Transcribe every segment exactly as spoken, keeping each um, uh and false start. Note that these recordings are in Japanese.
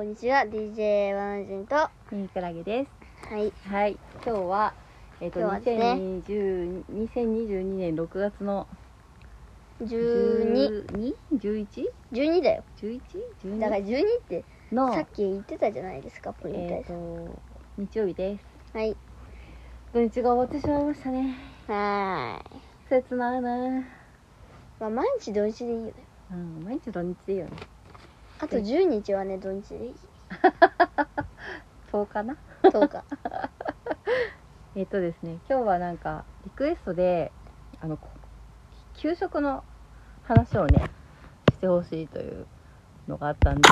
んにちは、ディージェー ワナジンとミニクラゲです。 はい、 はい、今日はえっ、ー、と、 今日はね、 にせんにじゅうにねんろくがつのじゅうに、 じゅうに、じゅういち、 じゅうにだよ。 じゅういち、じゅうにだからじゅうにってのさっき言ってたじゃないですか、プリンえっ、 体ー、と日曜日です。 はい。 土日が終わってしまいましたね。 はーい。 切ないな。 まあ毎日土日でいいよね。 うん、毎日土日でいいよね。 あとじゅうにちはね、土日でいい。 そうかな。 とおか。 えっとですね、今日はなんかリクエストであの給食の話をねしてほしいというのがあったんで、給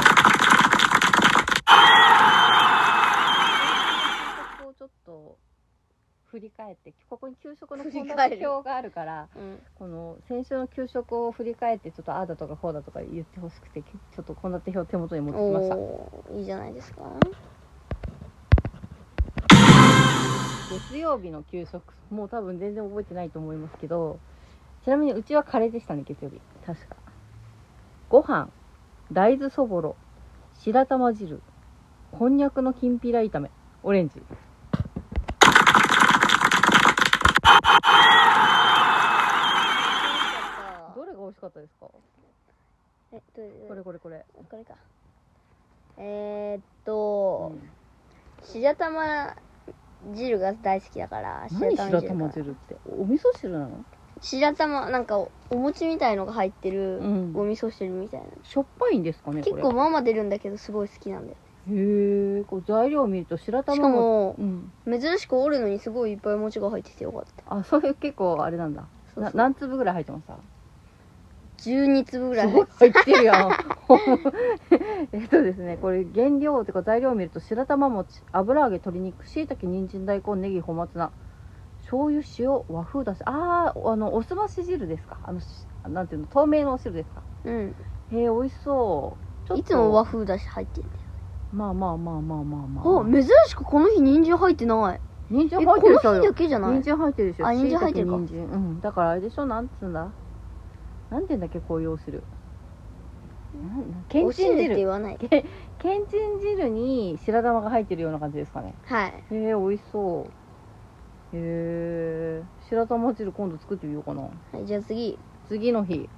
食をちょっと振り返って、ここに給食の献立表があるから、うん、この先週の給食を振り返ってちょっとああだとかこうだとか言ってほしくて、ちょっと献立表手元に持ってきました。 おー、いいじゃないですか。 月曜日の給食、もう多分全然覚えてないと思いますけど、ちなみにうちはカレーでしたね。月曜日確か。ご飯、大豆そぼろ、白玉汁、こんにゃくのきんぴら炒め、オレンジ。どれが美味しかったですか？ え、どれこれこれこれこれか。えー、っと、うん、白玉汁が大好きだから。 何白玉汁って？お味噌汁なの？ 白玉、なんか お, お餅みたいのが入ってる、うん、お味噌汁みたいな。 しょっぱいんですかね？ 結構まあまあ出るんだけど、すごい好きなんだよ。 へえ、こう材料を見ると白玉も、 しかも、うん、珍しく折るのにすごいいっぱい餅が入っててよかった。 あ、そういう結構あれなんだ。そうそう、な何粒ぐらい入ってました？ じゅうにつぶぐらい入って入ってるやん。えっとですね、これ原料というか材料を見ると、白玉餅、油揚げ、鶏肉、椎茸、人参、大根、ネギ、小松菜、醤油、塩、和風だし、あー、あのおすまし汁ですか？あのなんていうの、透明のお汁ですか？うん。へえ、美味しそう。 ちょっといつも和風だし入ってるんだよ。 まあまあまあまあまあまあ。 あ、珍しくこの日人参入ってない。 人参入ってるでしょ。 この日だけじゃない？ 人参入ってるでしょ。 あ、人参入ってるか。 人参、うん。だからあれでしょ、なんつうんだ。なんて言うんだっけ、こういうお汁。 けんちん汁って言わない。 けんちん汁に白玉が入ってるような感じですかね。 はい。 へえ、美味しそう。へえ、白玉汁今度作ってみようかな。 はい、じゃあ次。 次の日。次の日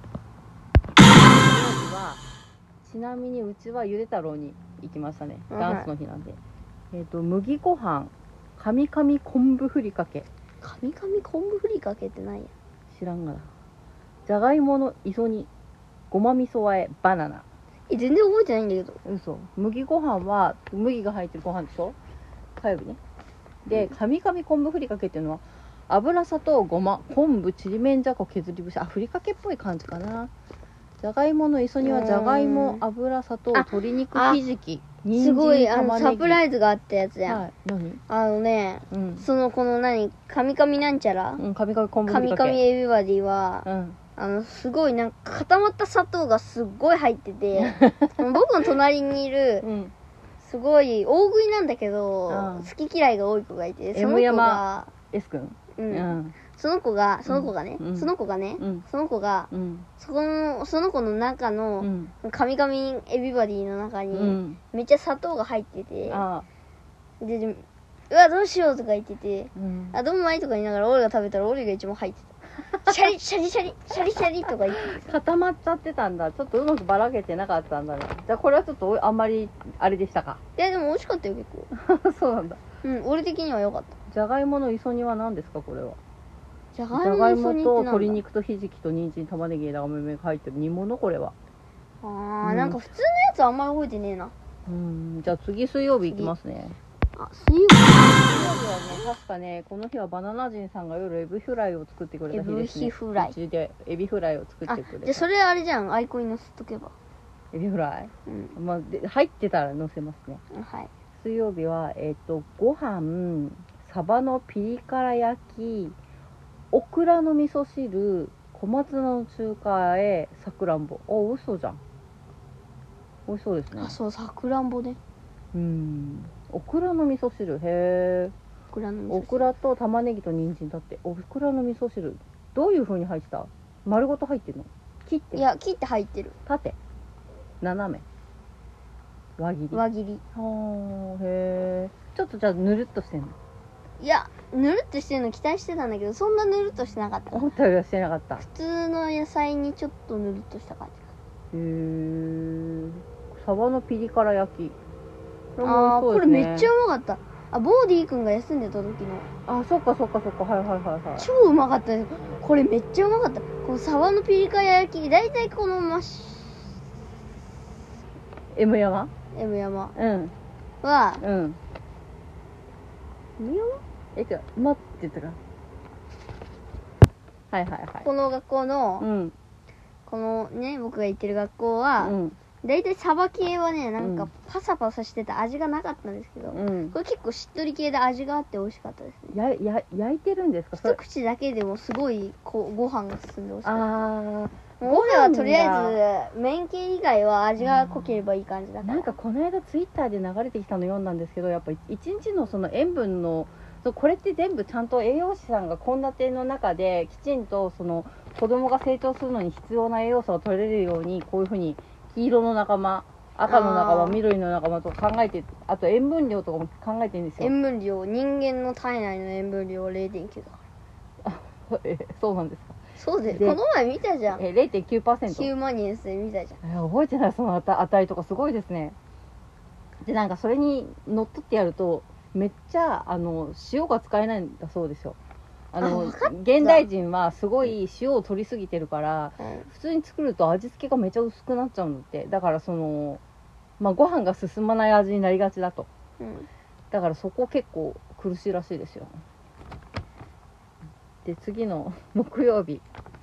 は、ちなみにうちはゆで太郎に行きましたね。ダンスの日なんで。はい、えっと、麦ご飯、カミカミ昆布ふりかけ。 カミカミ昆布ふりかけって何や？ 知らんがな。じゃがいもの磯煮、ごま味噌和え、バナナ。 え、全然覚えてないんだけど。 嘘。麦ご飯は麦が入ってるご飯でしょ？火曜日ね。で、カミカミ昆布ふりかけっていうのは、油、砂糖、ごま、昆布、ちりめんじゃこ、削り節。あ、ふりかけっぽい感じかな。じゃがいもの磯煮はじゃがいも、油、砂糖、鶏肉、ひじき、 人参、すごい、あのサプライズがあったやつやん。はい、 何？ あのね、うん、そのこの何、カミカミなんちゃら、 うん、カミカミ昆布ふりかけ、 カミカミエビバディは、うん、あのすごいなんか固まった砂糖がすっごい入ってて僕の隣にいる、うん、すごい大食いなんだけど、うん、好き嫌いが多い子がいて、その子が M 山 S 君、 うん、うん、その子がその子がね、うん、その子がね、うん、その子が、うん、そこのその子の中の、うん、カミカミエビバディの中に、うん、めっちゃ砂糖が入ってて、あでうわどうしようとか言ってて、うん、あどうもいとか言いながら俺が食べたら俺が一番入ってた。シャリシャリシャリシャリシャリとか言って固まっちゃってたんだ。ちょっとうまくばらけてなかったんだね。じゃあこれはちょっとあんまりあれでしたか？ いやでも美味しかったよ結構そうなんだ。 うん、俺的には良かった。 じゃがいもの磯煮は何ですかこれは？ じゃがいもと鶏肉とひじきと人参、玉ねぎ、枝豆が入ってる煮物これは。 あー、うん、なんか普通のやつあんまり覚えてねえな。 うん、じゃあ次水曜日行きますね。 あ、水曜日水曜日はね、確かね、この日はバナナ人さんが夜エビフライを作ってくれた日ですね。 エビフライ。 うちでエビフライを作ってくれた。 じゃあそれあれじゃん、アイコンに載せとけば。 エビフライ、うん、まあ、で入ってたら載せますね。はい。水曜日は、えっと、ご飯、サバのピリ辛焼き、オクラの味噌汁、小松菜の中華和え、さくらんぼ。あ、美味しそうじゃん。美味しそうですね。 あ、そう、さくらんぼね。 うん。オクラの味噌汁、へえ。 オクラの味噌汁。 オクラと玉ねぎと人参だって。オクラの味噌汁、どういう風に入ってた？丸ごと入ってるの？切ってる？ いや、切って入ってる。 縦？斜め？ 輪切り輪切り。 はあ、へえ。ちょっとじゃあぬるっとしてんの？ いや、ぬるっとしてるの期待してたんだけど、そんなぬるっとしてなかった。 思ったよりはしてなかった。 普通の野菜にちょっとぬるっとした感じ。へえ。サバのピリ辛焼き。 ああ、これめっちゃうまかった。あ、ボーディー君が休んでた時の。 あ、そっかそっかそっか、はいはいはいはい。 超うまかったです。これめっちゃうまかった。このサバのピリ辛焼き、だいたいこのマッシュ M 山 M 山うんは、 うん M 山えっと待ってたかはいはいはい。 この学校の、 うん、 このね僕が行ってる学校は、うん、だいたいサバ系はねなんかパサパサしてて味がなかったんですけど、うん、これ結構しっとり系で味があって美味しかったですね。 やや焼いてるんですか？ 一口だけでもすごいこうご飯が進んで美味しかった。あご飯はとりあえず麺系以外は味が濃ければいい感じだから。 なんかこの間ツイッターで流れてきたの読んだんですけど、やっぱ一日のその塩分のこれって全部ちゃんと栄養士さんが献立の中できちんとその子供が成長するのに必要な栄養素が取れるようにこういうふうに黄色の仲間赤の仲間緑の仲間とか考えて、あと塩分量とかも考えてるんですよ。 塩分量、人間の体内の塩分量は れいてんきゅう だからえそうなんですか？ そうで、この前見たじゃん。 え れいてんきゅうパーセントヒューマニエンスで見たじゃん。 え覚えてない。その値とかすごいですね。でなんかそれにのっとってやるとめっちゃあの塩が使えないんだそうですよ。あの現代人はすごい塩を取りすぎてるから、うん、普通に作ると味付けがめちゃ薄くなっちゃうのって。だからそのまあご飯が進まない味になりがちだと、うん、だからそこ結構苦しいらしいですよ。で次の木曜日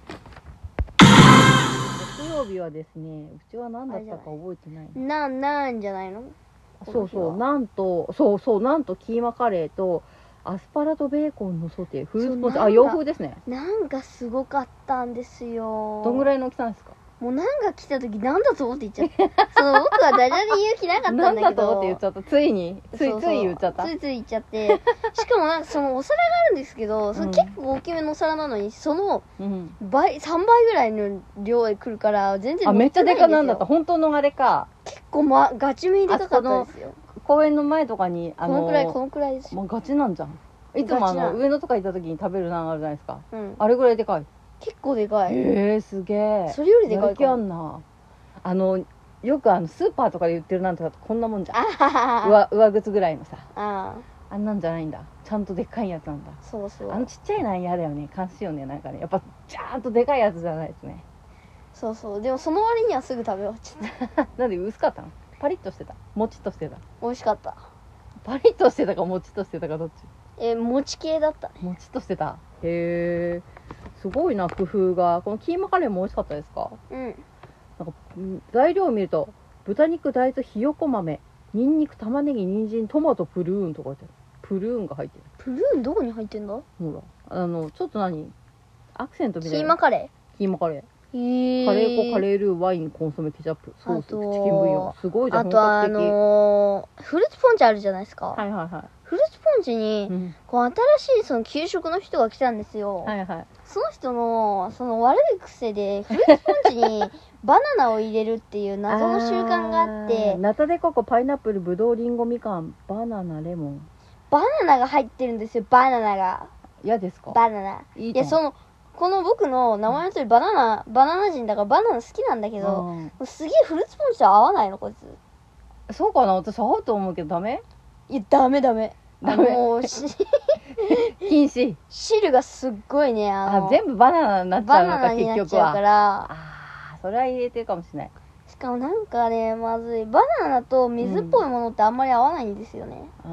木曜日はですね、うちは何だったか覚えてないな。なんじゃないの？ そうそうなんとそうそうなんとキーマカレーとアスパラとベーコンのソテーフルーツポンチ。あ、洋風ですね。 なんかすごかったんですよ。 どんぐらいの大きさなんですか？ もうなんか来た時なんだと思って言っちゃったその僕はダジャレ言う気なかったんだけどなんだと思って言っちゃった。ついについつい言っちゃったついつい言っちゃってしかもなんかそのお皿があるんですけど、それ結構大きめのお皿なのにその倍、うん、さんばいぐらいの量で来るから全然あめっちゃでかなんだった。本当のあれか。 結構、ま、ガチめにでかかったですよ。 公園の前とかにあのこのくらいこのくらいですよ。 まあ、ガチなんじゃん。いつもあの上野とか行った時に食べるナンあるじゃないですか、うん、あれぐらいでかい。 結構でかい。 へえすげえ。 それよりでかいかも。 やる気あんな。あのよくあのスーパーとかで売ってるなんとかこんなもんじゃん。上, 上靴ぐらいのさ あ, あんなんじゃないんだ。ちゃんとでっかいやつなんだ。 そうそう。 あのちっちゃいなん嫌だよね。悲しいよね。なんかねやっぱちゃんとでかいやつじゃないですね。 そうそう。でもその割にはすぐ食べ終わっちゃったなんで薄かったの？パリッとしてた？もちっとしてた？ 美味しかった。 パリッとしてたかもちっとしてたかどっち？ えー、もち系だった。 もちっとしてた。へえすごいな工夫が。このキーマカレーも美味しかったですか？うん。なんか材料を見ると豚肉大豆ひよこ豆ニンニク玉ねぎ人参トマトプルーンとか書いてある。プルーンが入ってる。 プルーンどこに入ってんだ？ほらあのちょっと何アクセントみたいな。 キーマカレーキーマカレーへーカレー粉カレールーワインコンソメケチャップソースチキンブイヨンすごいじゃん。 あとあのー、フルーツポンチあるじゃないですか。 はいはいはい。 フルーツポンチに、うん、こう新しいその給食の人が来たんですよ。はいはい。その人のその悪い癖でフルーツポンチにバナナを入れるっていう謎の習慣があってナタデココパイナップルブドウリンゴみかんバナナレモンバナナが入ってるんですよ。バナナが嫌ですか？ バナナいい。いやそのこの僕の名前の通りバナナバナナ人だからバナナ好きなんだけど、うん、すげえフルーツポンチと合わないのこいつ。そうかな。私合うと思うけどダメ？ いやダメダメダメもう禁止。 汁がすっごいねあのあ全部バナナになっちゃうのか結局は。バナナになっちゃうからああそれは入れてるかもしれない。 しかもなんかねまずいバナナと水っぽいものってあんまり合わないんですよね、うん、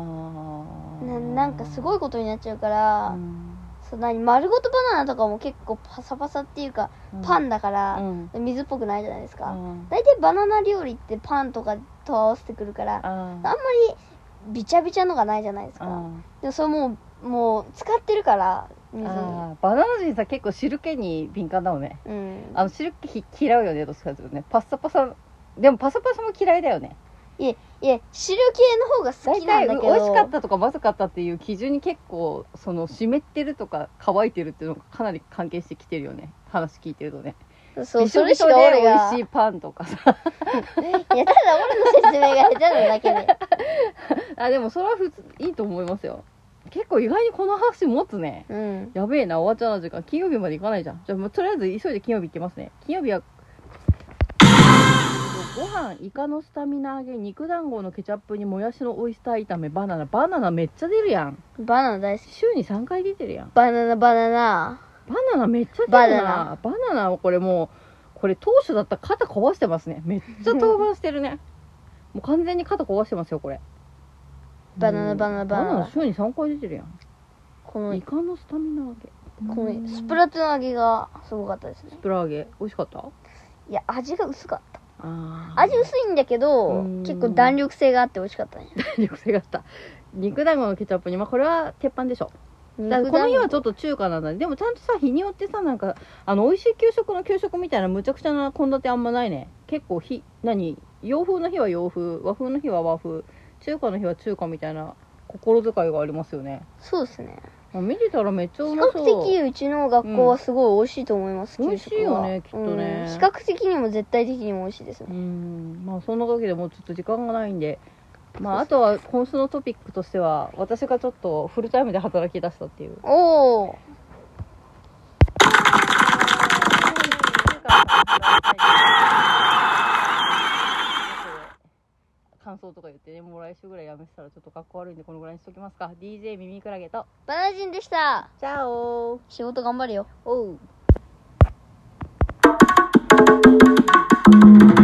な, なんかすごいことになっちゃうから、うん、そう何丸ごとバナナとかも結構パサパサっていうか、うん、パンだから、うん、水っぽくないじゃないですか、うん、だいたいバナナ料理ってパンとかと合わせてくるから、うん、あんまりビチャビチャのがないじゃないですか、うん、でもそれもうもう使ってるから水あバナナ人さ結構汁気に敏感だもんね、うん、あの汁気嫌うよねどっちかというとね。パッサパサでもパサパサも嫌いだよね。 いえいえ汁系の方が好きなんだけど美味しかったとかまずかったっていう基準に結構その湿ってるとか乾いてるっていうのがかなり関係してきてるよね話聞いてるとね。 そう、それしか俺が。 美味しいパンとかさ。 いや、ただ俺の説明が下手なだけで。 あ、でもそれは普通、いいと思いますよ。結構意外にこの話持つね。 うん。 やべえな、終わっちゃうな時間。金曜日まで行かないじゃん。じゃあもうとりあえず急いで金曜日行きますね。金曜日は、ご飯、イカのスタミナ揚げ、肉団子のケチャップにもやしのオイスター炒め、バナナ。バナナめっちゃ出るやん。 バナナ大好き。 週にさんかい出てるやん。 バナナ、バナナ。 バナナめっちゃ出るな。バナナ。バナナはこれもう、これ当初だったら肩壊してますね。めっちゃ当番してるね。もう完全に肩壊してますよ、これ。 バナナ、バナナ、バナナ。 バナナ週にさんかい出てるやん。 このイカのスタミナ揚げ。 このスプラトゥーン揚げがすごかったですね。 スプラ揚げ美味しかった？ いや、味が薄かった。 あ味薄いんだけど結構弾力性があって美味しかったね。 弾力性があった。肉団子のケチャップに、まあこれは鉄板でしょ。だからこの日はちょっと中華なんだね。でもちゃんとさ、日によってさ、なんかあの美味しい給食の給食みたいなむちゃくちゃな献立あんまないね。結構ひ何洋風の日は洋風、和風の日は和風、中華の日は中華みたいな心遣いがありますよね。 そうですね。 見てたらめっちゃうまそう。 比較的うちの学校はすごい美味しいと思います。 うん、美味しいよね、きっとね、 うん。比較的にも絶対的にも美味しいですね。 うん、まあそんなわけでもうちょっと時間がないんで、まああとは今週のトピックとしては、私がちょっとフルタイムで働き出したっていう。 おお。 感想とか言ってね、もう来週ぐらいやめてたらちょっと格好悪いんでこのぐらいにしときますか。 ディージェー 耳クラゲとバナナ人でした。 チャオ。 仕事頑張れよ。 おう。